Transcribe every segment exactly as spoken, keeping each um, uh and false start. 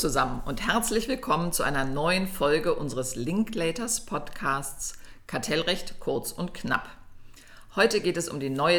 zusammen und herzlich willkommen zu einer neuen Folge unseres Linklaters Podcasts Kartellrecht kurz und knapp. Heute geht es um die neue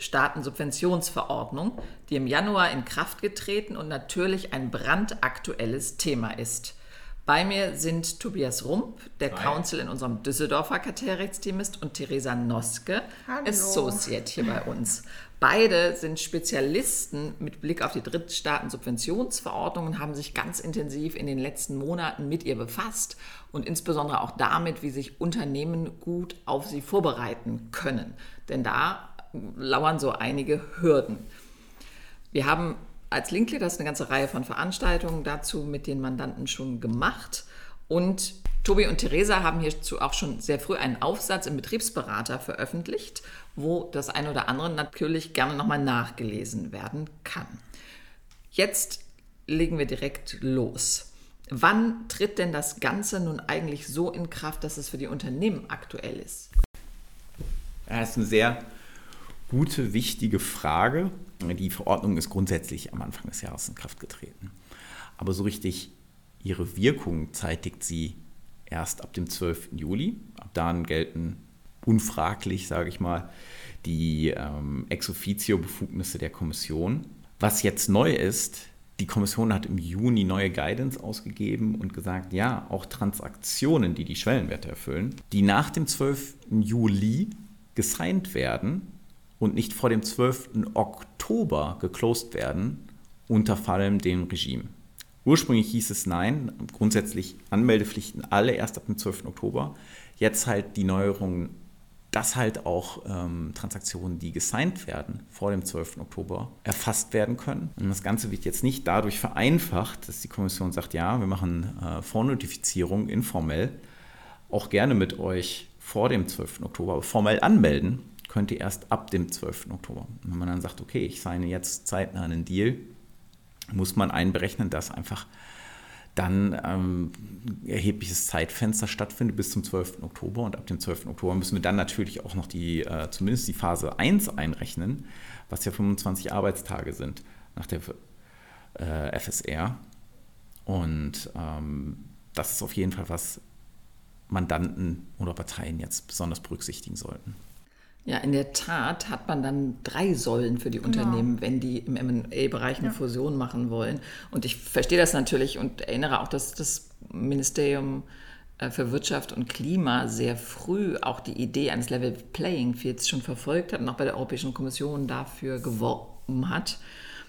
Drittstaatensubventionsverordnung, die im Januar in Kraft getreten und natürlich ein brandaktuelles Thema ist. Bei mir sind Tobias Rump, der Hi. Counsel in unserem Düsseldorfer Kartellrechtsteam ist, und Theresa Noske, Hallo. Associate hier bei uns. Beide sind Spezialisten mit Blick auf die Drittstaatensubventionsverordnung und haben sich ganz intensiv in den letzten Monaten mit ihr befasst und insbesondere auch damit, wie sich Unternehmen gut auf sie vorbereiten können. Denn da lauern so einige Hürden. Wir haben als Linklaters eine ganze Reihe von Veranstaltungen dazu mit den Mandanten schon gemacht. Und Tobi und Theresa haben hierzu auch schon sehr früh einen Aufsatz im Betriebsberater veröffentlicht, wo das eine oder andere natürlich gerne nochmal nachgelesen werden kann. Jetzt legen wir direkt los. Wann tritt denn das Ganze nun eigentlich so in Kraft, dass es für die Unternehmen aktuell ist? Ja, das ist eine sehr gute, wichtige Frage. Die Verordnung ist grundsätzlich am Anfang des Jahres in Kraft getreten. Aber so richtig ihre Wirkung zeitigt sie erst ab dem zwölften Juli. Ab dann gelten unfraglich, sage ich mal, die ähm, Ex-Officio-Befugnisse der Kommission. Was jetzt neu ist, die Kommission hat im Juni neue Guidance ausgegeben und gesagt, ja, auch Transaktionen, die die Schwellenwerte erfüllen, die nach dem zwölften Juli gesigned werden und nicht vor dem zwölften Oktober geclosed werden, unterfallen dem Regime. Ursprünglich hieß es nein, grundsätzlich Anmeldepflichten alle erst ab dem zwölften Oktober. Jetzt halt die Neuerung, dass halt auch ähm, Transaktionen, die gesigned werden, vor dem zwölften Oktober erfasst werden können. Und das Ganze wird jetzt nicht dadurch vereinfacht, dass die Kommission sagt, ja, wir machen äh, Vornotifizierung informell, auch gerne mit euch vor dem zwölften Oktober, aber formell anmelden könnt ihr erst ab dem zwölften Oktober. Und wenn man dann sagt, okay, ich signe jetzt zeitnah einen Deal, muss man einberechnen, dass einfach dann ähm, erhebliches Zeitfenster stattfindet bis zum zwölften Oktober. Und ab dem zwölften Oktober müssen wir dann natürlich auch noch die, äh, zumindest die Phase eins einrechnen, was ja fünfundzwanzig Arbeitstage sind nach der äh, F S R. Und ähm, das ist auf jeden Fall, was Mandanten oder Parteien jetzt besonders berücksichtigen sollten. Ja, in der Tat hat man dann drei Säulen für die Unternehmen, genau, wenn die im M und A-Bereich eine ja. Fusion machen wollen. Und ich verstehe das natürlich und erinnere auch, dass das Ministerium für Wirtschaft und Klima sehr früh auch die Idee eines Level Playing Fields schon verfolgt hat und auch bei der Europäischen Kommission dafür geworben hat.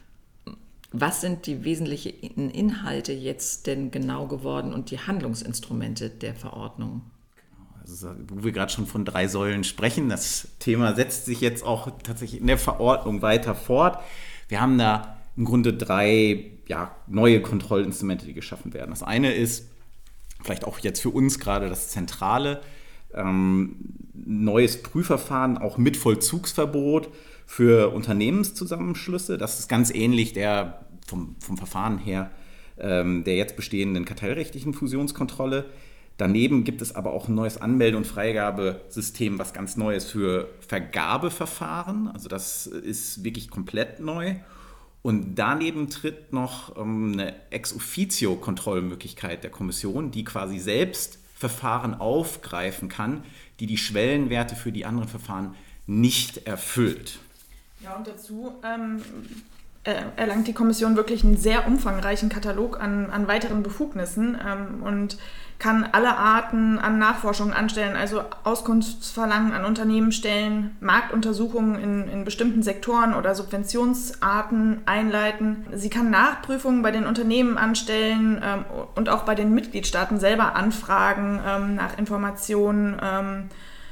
Was sind die wesentlichen Inhalte jetzt denn genau geworden und die Handlungsinstrumente der Verordnung? Also, wo wir gerade schon von drei Säulen sprechen, das Thema setzt sich jetzt auch tatsächlich in der Verordnung weiter fort. Wir haben da im Grunde drei ja, neue Kontrollinstrumente, die geschaffen werden. Das eine ist, vielleicht auch jetzt für uns gerade das Zentrale, ähm, neues Prüfverfahren, auch mit Vollzugsverbot für Unternehmenszusammenschlüsse. Das ist ganz ähnlich der vom, vom Verfahren her ähm, der jetzt bestehenden kartellrechtlichen Fusionskontrolle. Daneben gibt es aber auch ein neues Anmelde- und Freigabesystem, was ganz neu ist für Vergabeverfahren. Also das ist wirklich komplett neu. Und daneben tritt noch eine Ex-Officio-Kontrollmöglichkeit der Kommission, die quasi selbst Verfahren aufgreifen kann, die die Schwellenwerte für die anderen Verfahren nicht erfüllt. Ja, und dazu ähm, erlangt die Kommission wirklich einen sehr umfangreichen Katalog an, an weiteren Befugnissen ähm, und kann alle Arten an Nachforschungen anstellen, also Auskunftsverlangen an Unternehmen stellen, Marktuntersuchungen in, in bestimmten Sektoren oder Subventionsarten einleiten. Sie kann Nachprüfungen bei den Unternehmen anstellen ähm, und auch bei den Mitgliedstaaten selber anfragen ähm, nach Informationen. Ähm,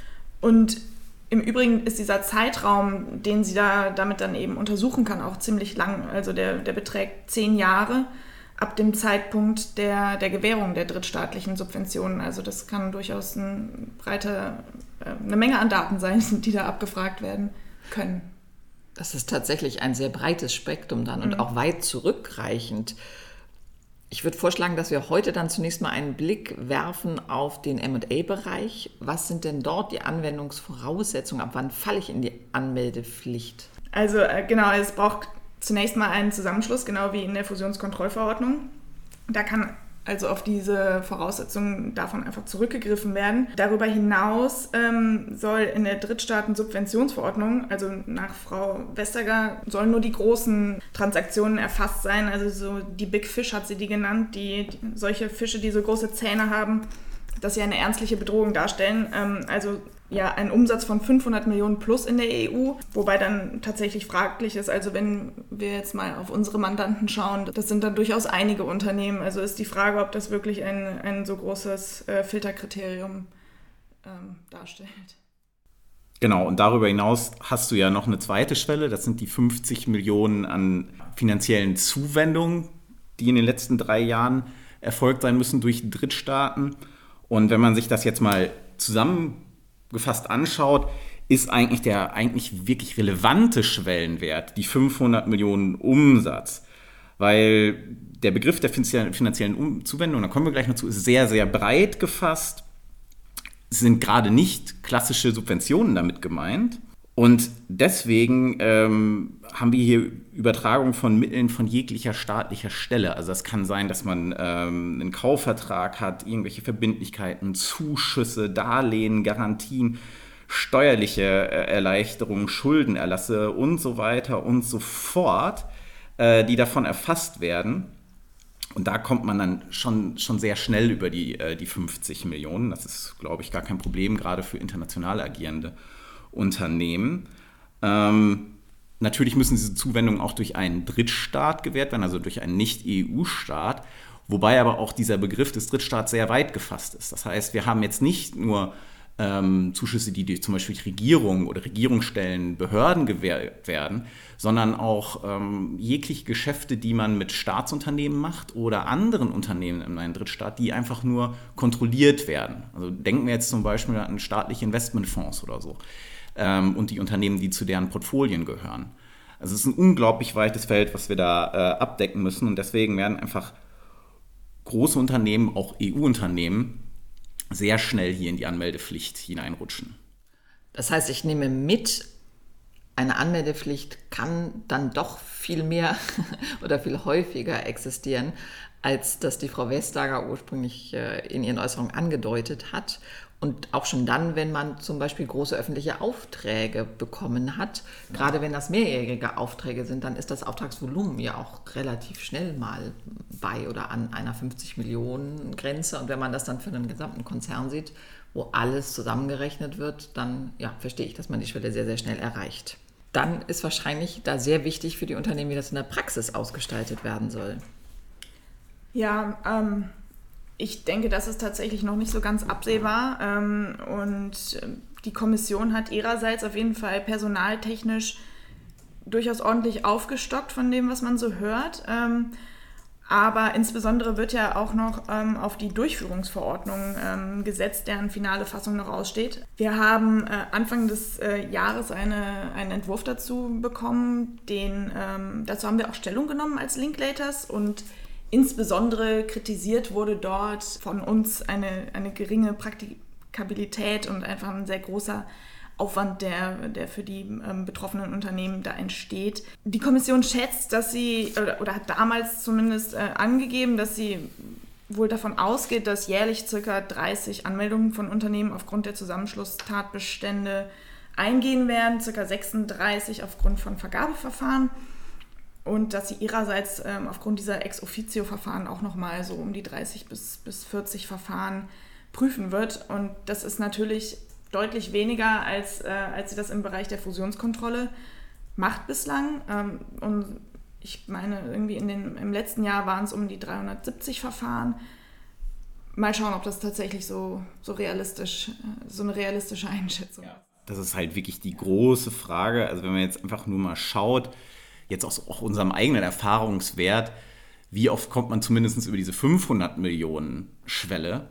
und im Übrigen ist dieser Zeitraum, den sie da damit dann eben untersuchen kann, auch ziemlich lang. Also der, der beträgt zehn Jahre. Ab dem Zeitpunkt der, der Gewährung der drittstaatlichen Subventionen. Also das kann durchaus ein breite, eine Menge an Daten sein, die da abgefragt werden können. Das ist tatsächlich ein sehr breites Spektrum dann und mhm. auch weit zurückreichend. Ich würde vorschlagen, dass wir heute dann zunächst mal einen Blick werfen auf den M und A-Bereich. Was sind denn dort die Anwendungsvoraussetzungen? Ab wann falle ich in die Anmeldepflicht? Also genau, es braucht zunächst mal einen Zusammenschluss, genau wie in der Fusionskontrollverordnung. Da kann also auf diese Voraussetzungen davon einfach zurückgegriffen werden. Darüber hinaus ähm, soll in der Drittstaaten-Subventionsverordnung, also nach Frau Vestager, sollen nur die großen Transaktionen erfasst sein. Also so die Big Fish hat sie die genannt, die, die solche Fische, die so große Zähne haben, dass sie eine ernstliche Bedrohung darstellen. Ähm, also ja, ein Umsatz von fünfhundert Millionen plus in der E U, wobei dann tatsächlich fraglich ist, also wenn wir jetzt mal auf unsere Mandanten schauen, das sind dann durchaus einige Unternehmen, also ist die Frage, ob das wirklich ein, ein so großes äh, Filterkriterium ähm, darstellt. Genau, und darüber hinaus hast du ja noch eine zweite Schwelle, das sind die fünfzig Millionen an finanziellen Zuwendungen, die in den letzten drei Jahren erfolgt sein müssen durch Drittstaaten. Und wenn man sich das jetzt mal zusammen gefasst anschaut, ist eigentlich der eigentlich wirklich relevante Schwellenwert die fünfhundert Millionen Umsatz. Weil der Begriff der finanziellen Zuwendung, da kommen wir gleich noch zu, ist sehr, sehr breit gefasst. Es sind gerade nicht klassische Subventionen damit gemeint. Und deswegen ähm, haben wir hier Übertragung von Mitteln von jeglicher staatlicher Stelle. Also das kann sein, dass man ähm, einen Kaufvertrag hat, irgendwelche Verbindlichkeiten, Zuschüsse, Darlehen, Garantien, steuerliche äh, Erleichterungen, Schuldenerlasse und so weiter und so fort, äh, die davon erfasst werden. Und da kommt man dann schon, schon sehr schnell über die, äh, die fünfzig Millionen. Das ist, glaube ich, gar kein Problem, gerade für international agierende Unternehmen. Ähm, natürlich müssen diese Zuwendungen auch durch einen Drittstaat gewährt werden, also durch einen Nicht-E U-Staat, wobei aber auch dieser Begriff des Drittstaats sehr weit gefasst ist. Das heißt, wir haben jetzt nicht nur ähm, Zuschüsse, die durch zum Beispiel durch Regierungen oder Regierungsstellen, Behörden gewährt werden, sondern auch ähm, jegliche Geschäfte, die man mit Staatsunternehmen macht oder anderen Unternehmen in einem Drittstaat, die einfach nur kontrolliert werden. Also denken wir jetzt zum Beispiel an staatliche Investmentfonds oder so. Und die Unternehmen, die zu deren Portfolien gehören. Also es ist ein unglaublich weites Feld, was wir da äh, abdecken müssen. Und deswegen werden einfach große Unternehmen, auch E U-Unternehmen, sehr schnell hier in die Anmeldepflicht hineinrutschen. Das heißt, ich nehme mit, eine Anmeldepflicht kann dann doch viel mehr oder viel häufiger existieren, als das die Frau Vestager ursprünglich äh, in ihren Äußerungen angedeutet hat. Und auch schon dann, wenn man zum Beispiel große öffentliche Aufträge bekommen hat, ja. Gerade wenn das mehrjährige Aufträge sind, dann ist das Auftragsvolumen ja auch relativ schnell mal bei oder an einer fünfzig Millionen Grenze. Und wenn man das dann für einen gesamten Konzern sieht, wo alles zusammengerechnet wird, dann ja, verstehe ich, dass man die Schwelle sehr, sehr schnell erreicht. Dann ist wahrscheinlich da sehr wichtig für die Unternehmen, wie das in der Praxis ausgestaltet werden soll. Ja, ähm... ich denke, das ist tatsächlich noch nicht so ganz absehbar ähm, und die Kommission hat ihrerseits auf jeden Fall personaltechnisch durchaus ordentlich aufgestockt von dem, was man so hört. Ähm, aber insbesondere wird ja auch noch ähm, auf die Durchführungsverordnung ähm, gesetzt, deren finale Fassung noch aussteht. Wir haben äh, Anfang des äh, Jahres eine, einen Entwurf dazu bekommen, den, ähm, dazu haben wir auch Stellung genommen als Linklaters und insbesondere kritisiert wurde dort von uns eine, eine geringe Praktikabilität und einfach ein sehr großer Aufwand, der, der für die ähm, betroffenen Unternehmen da entsteht. Die Kommission schätzt, dass sie, oder, oder hat damals zumindest äh, angegeben, dass sie wohl davon ausgeht, dass jährlich ca. dreißig Anmeldungen von Unternehmen aufgrund der Zusammenschlusstatbestände eingehen werden, ca. sechsunddreißig aufgrund von Vergabeverfahren. Und dass sie ihrerseits ähm, aufgrund dieser Ex-Officio-Verfahren auch nochmal so um die dreißig bis, bis vierzig Verfahren prüfen wird. Und das ist natürlich deutlich weniger, als, äh, als sie das im Bereich der Fusionskontrolle macht bislang. Ähm, und ich meine, irgendwie in den, im letzten Jahr waren es um die dreihundertsiebzig Verfahren. Mal schauen, ob das tatsächlich so, so realistisch, so eine realistische Einschätzung ist. Ja, das ist halt wirklich die große Frage. Also wenn man jetzt einfach nur mal schaut, jetzt aus auch unserem eigenen Erfahrungswert, wie oft kommt man zumindest über diese fünfhundert Millionen Schwelle,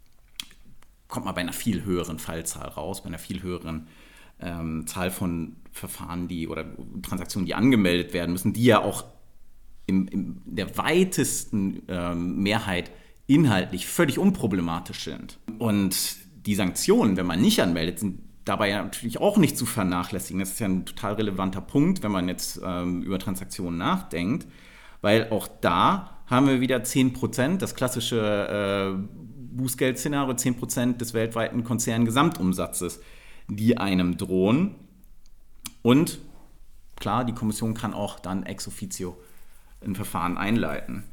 kommt man bei einer viel höheren Fallzahl raus, bei einer viel höheren ähm, Zahl von Verfahren, die oder Transaktionen, die angemeldet werden müssen, die ja auch in, in der weitesten ähm, Mehrheit inhaltlich völlig unproblematisch sind. Und die Sanktionen, wenn man nicht anmeldet, sind dabei ja natürlich auch nicht zu vernachlässigen. Das ist ja ein total relevanter Punkt, wenn man jetzt ähm, über Transaktionen nachdenkt, weil auch da haben wir wieder zehn Prozent, das klassische äh, Bußgeldszenario, zehn Prozent des weltweiten Konzerngesamtumsatzes, die einem drohen. Und klar, die Kommission kann auch dann ex officio ein Verfahren einleiten.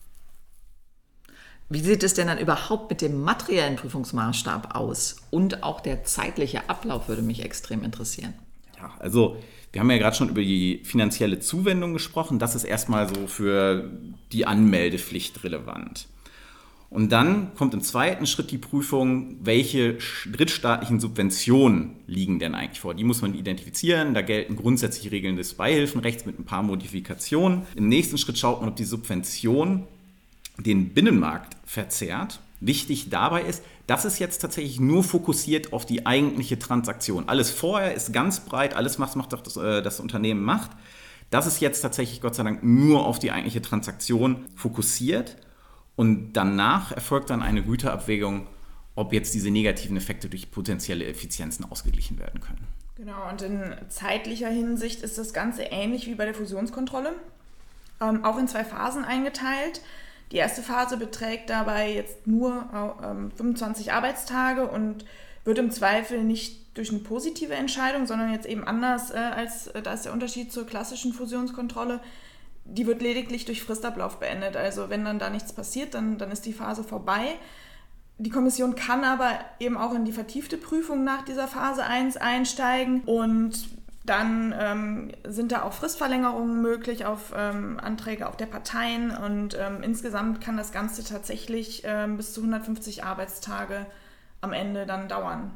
Wie sieht es denn dann überhaupt mit dem materiellen Prüfungsmaßstab aus? Und auch der zeitliche Ablauf würde mich extrem interessieren. Ja, also wir haben ja gerade schon über die finanzielle Zuwendung gesprochen. Das ist erstmal so für die Anmeldepflicht relevant. Und dann kommt im zweiten Schritt die Prüfung, welche drittstaatlichen Subventionen liegen denn eigentlich vor. Die muss man identifizieren. Da gelten grundsätzlich Regeln des Beihilfenrechts mit ein paar Modifikationen. Im nächsten Schritt schaut man, ob die Subvention den Binnenmarkt verzerrt. Wichtig dabei ist, das ist jetzt tatsächlich nur fokussiert auf die eigentliche Transaktion. Alles vorher ist ganz breit, alles, was macht, das, das Unternehmen macht. Das ist jetzt tatsächlich Gott sei Dank nur auf die eigentliche Transaktion fokussiert. Und danach erfolgt dann eine Güterabwägung, ob jetzt diese negativen Effekte durch potenzielle Effizienzen ausgeglichen werden können. Genau, und in zeitlicher Hinsicht ist das Ganze ähnlich wie bei der Fusionskontrolle, ähm, auch in zwei Phasen eingeteilt. Die erste Phase beträgt dabei jetzt nur ähm, fünfundzwanzig Arbeitstage und wird im Zweifel nicht durch eine positive Entscheidung, sondern jetzt eben anders äh, als, äh, da ist der Unterschied zur klassischen Fusionskontrolle. Die wird lediglich durch Fristablauf beendet. Also wenn dann da nichts passiert, dann, dann ist die Phase vorbei. Die Kommission kann aber eben auch in die vertiefte Prüfung nach dieser Phase eins einsteigen und dann ähm, sind da auch Fristverlängerungen möglich auf ähm, Anträge auch der Parteien und ähm, insgesamt kann das Ganze tatsächlich ähm, bis zu hundertfünfzig Arbeitstage am Ende dann dauern.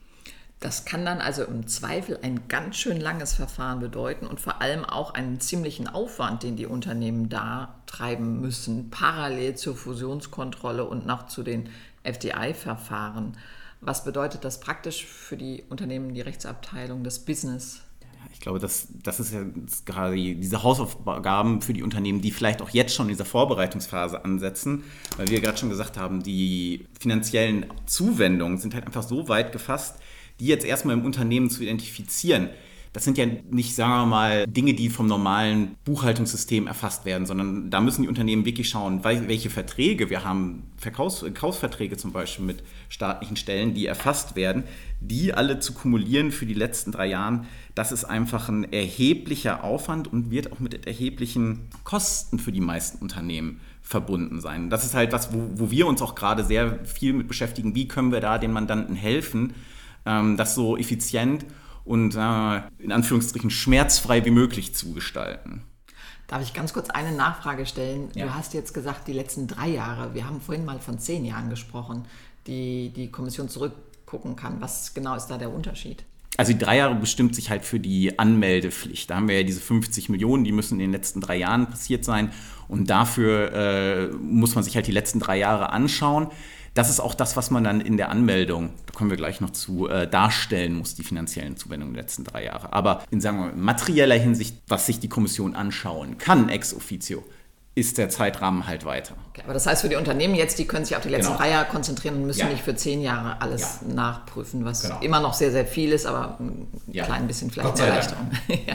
Das kann dann also im Zweifel ein ganz schön langes Verfahren bedeuten und vor allem auch einen ziemlichen Aufwand, den die Unternehmen da treiben müssen, parallel zur Fusionskontrolle und noch zu den F D I-Verfahren. Was bedeutet das praktisch für die Unternehmen, die Rechtsabteilung, das Business? Ich glaube, das, das ist ja gerade diese Hausaufgaben für die Unternehmen, die vielleicht auch jetzt schon in dieser Vorbereitungsphase ansetzen, weil wir gerade schon gesagt haben, die finanziellen Zuwendungen sind halt einfach so weit gefasst, die jetzt erstmal im Unternehmen zu identifizieren. Das sind ja nicht, sagen wir mal, Dinge, die vom normalen Buchhaltungssystem erfasst werden, sondern da müssen die Unternehmen wirklich schauen, welche Verträge wir haben, Verkaufs- Kaufverträge zum Beispiel mit staatlichen Stellen, die erfasst werden, die alle zu kumulieren für die letzten drei Jahre. Das ist einfach ein erheblicher Aufwand und wird auch mit erheblichen Kosten für die meisten Unternehmen verbunden sein. Das ist halt was, wo, wo wir uns auch gerade sehr viel mit beschäftigen. Wie können wir da den Mandanten helfen, ähm, das so effizient und äh, in Anführungsstrichen schmerzfrei wie möglich zu gestalten. Darf ich ganz kurz eine Nachfrage stellen? Ja. Du hast jetzt gesagt, die letzten drei Jahre. Wir haben vorhin mal von zehn Jahren gesprochen, die die Kommission zurückgucken kann. Was genau ist da der Unterschied? Also die drei Jahre bestimmt sich halt für die Anmeldepflicht. Da haben wir ja diese fünfzig Millionen, die müssen in den letzten drei Jahren passiert sein. Und dafür äh, muss man sich halt die letzten drei Jahre anschauen. Das ist auch das, was man dann in der Anmeldung, da kommen wir gleich noch zu, äh, darstellen muss, die finanziellen Zuwendungen der letzten drei Jahre. Aber in, sagen wir mal, materieller Hinsicht, was sich die Kommission anschauen kann, ex officio, ist der Zeitrahmen halt weiter. Okay, aber das heißt für die Unternehmen jetzt, die können sich auf die letzten Genau. drei Jahre konzentrieren und müssen Ja. nicht für zehn Jahre alles Ja. nachprüfen, was Genau. immer noch sehr, sehr viel ist, aber ein Ja. klein bisschen vielleicht Gott sei Dank. Erleichterung. ja.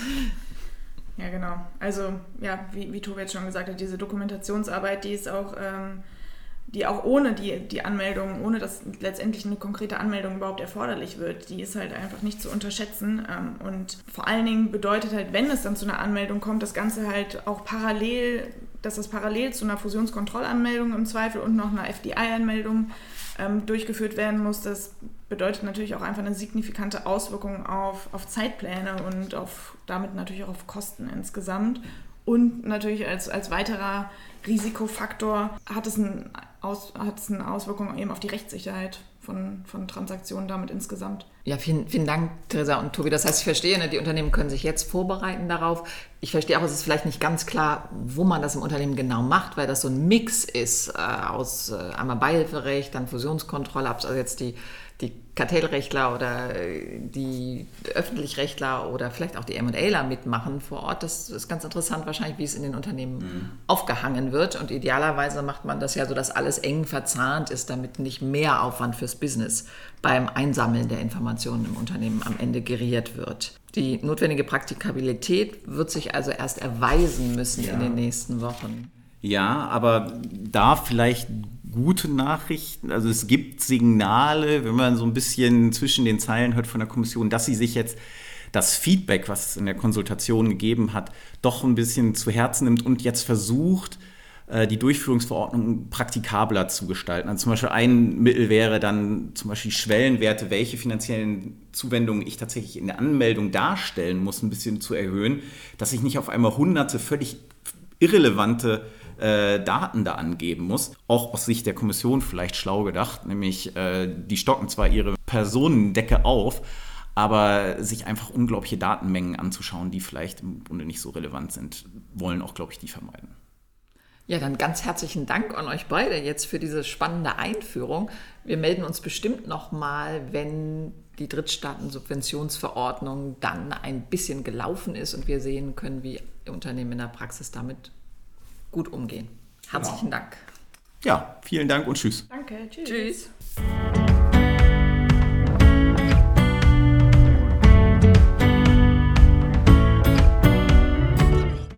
Ja, genau. Also, ja, wie, wie Tobi jetzt schon gesagt hat, diese Dokumentationsarbeit, die ist auch, ähm, die auch ohne die, die Anmeldung, ohne dass letztendlich eine konkrete Anmeldung überhaupt erforderlich wird, die ist halt einfach nicht zu unterschätzen. Ähm, und vor allen Dingen bedeutet halt, wenn es dann zu einer Anmeldung kommt, das Ganze halt auch parallel, dass das parallel zu einer Fusionskontrollanmeldung im Zweifel und noch einer F D I-Anmeldung ähm, durchgeführt werden muss. Das bedeutet natürlich auch einfach eine signifikante Auswirkung auf, auf Zeitpläne und auf, damit natürlich auch auf Kosten insgesamt. Und natürlich als, als weiterer Risikofaktor hat es, ein Aus, hat es eine Auswirkung eben auf die Rechtssicherheit von, von Transaktionen damit insgesamt. Ja, vielen, vielen Dank, Theresa und Tobi. Das heißt, ich verstehe, ne, die Unternehmen können sich jetzt vorbereiten darauf. Ich verstehe auch, es ist vielleicht nicht ganz klar, wo man das im Unternehmen genau macht, weil das so ein Mix ist äh, aus äh, einmal Beihilferecht, dann Fusionskontrolle, also jetzt die, die Kartellrechtler oder die Öffentlichrechtler oder vielleicht auch die M und Aler mitmachen vor Ort. Das ist ganz interessant wahrscheinlich, wie es in den Unternehmen mhm. aufgehangen wird. Und idealerweise macht man das ja so, dass alles eng verzahnt ist, damit nicht mehr Aufwand fürs Business beim Einsammeln der Informationen im Unternehmen am Ende geriert wird. Die notwendige Praktikabilität wird sich also erst erweisen müssen ja. in den nächsten Wochen. Ja, aber da vielleicht gute Nachrichten. Also es gibt Signale, wenn man so ein bisschen zwischen den Zeilen hört von der Kommission, dass sie sich jetzt das Feedback, was es in der Konsultation gegeben hat, doch ein bisschen zu Herzen nimmt und jetzt versucht, die Durchführungsverordnung praktikabler zu gestalten. Also zum Beispiel ein Mittel wäre dann zum Beispiel Schwellenwerte, welche finanziellen Zuwendungen ich tatsächlich in der Anmeldung darstellen muss, ein bisschen zu erhöhen, dass ich nicht auf einmal hunderte völlig irrelevante äh, Daten da angeben muss. Auch aus Sicht der Kommission vielleicht schlau gedacht, nämlich äh, die stocken zwar ihre Personendecke auf, aber sich einfach unglaubliche Datenmengen anzuschauen, die vielleicht im Grunde nicht so relevant sind, wollen auch, glaube ich, die vermeiden. Ja, dann ganz herzlichen Dank an euch beide jetzt für diese spannende Einführung. Wir melden uns bestimmt nochmal, wenn die Drittstaatensubventionsverordnung dann ein bisschen gelaufen ist und wir sehen können, wie Unternehmen in der Praxis damit gut umgehen. Herzlichen Dank. Ja, vielen Dank und tschüss. Danke, tschüss. Tschüss.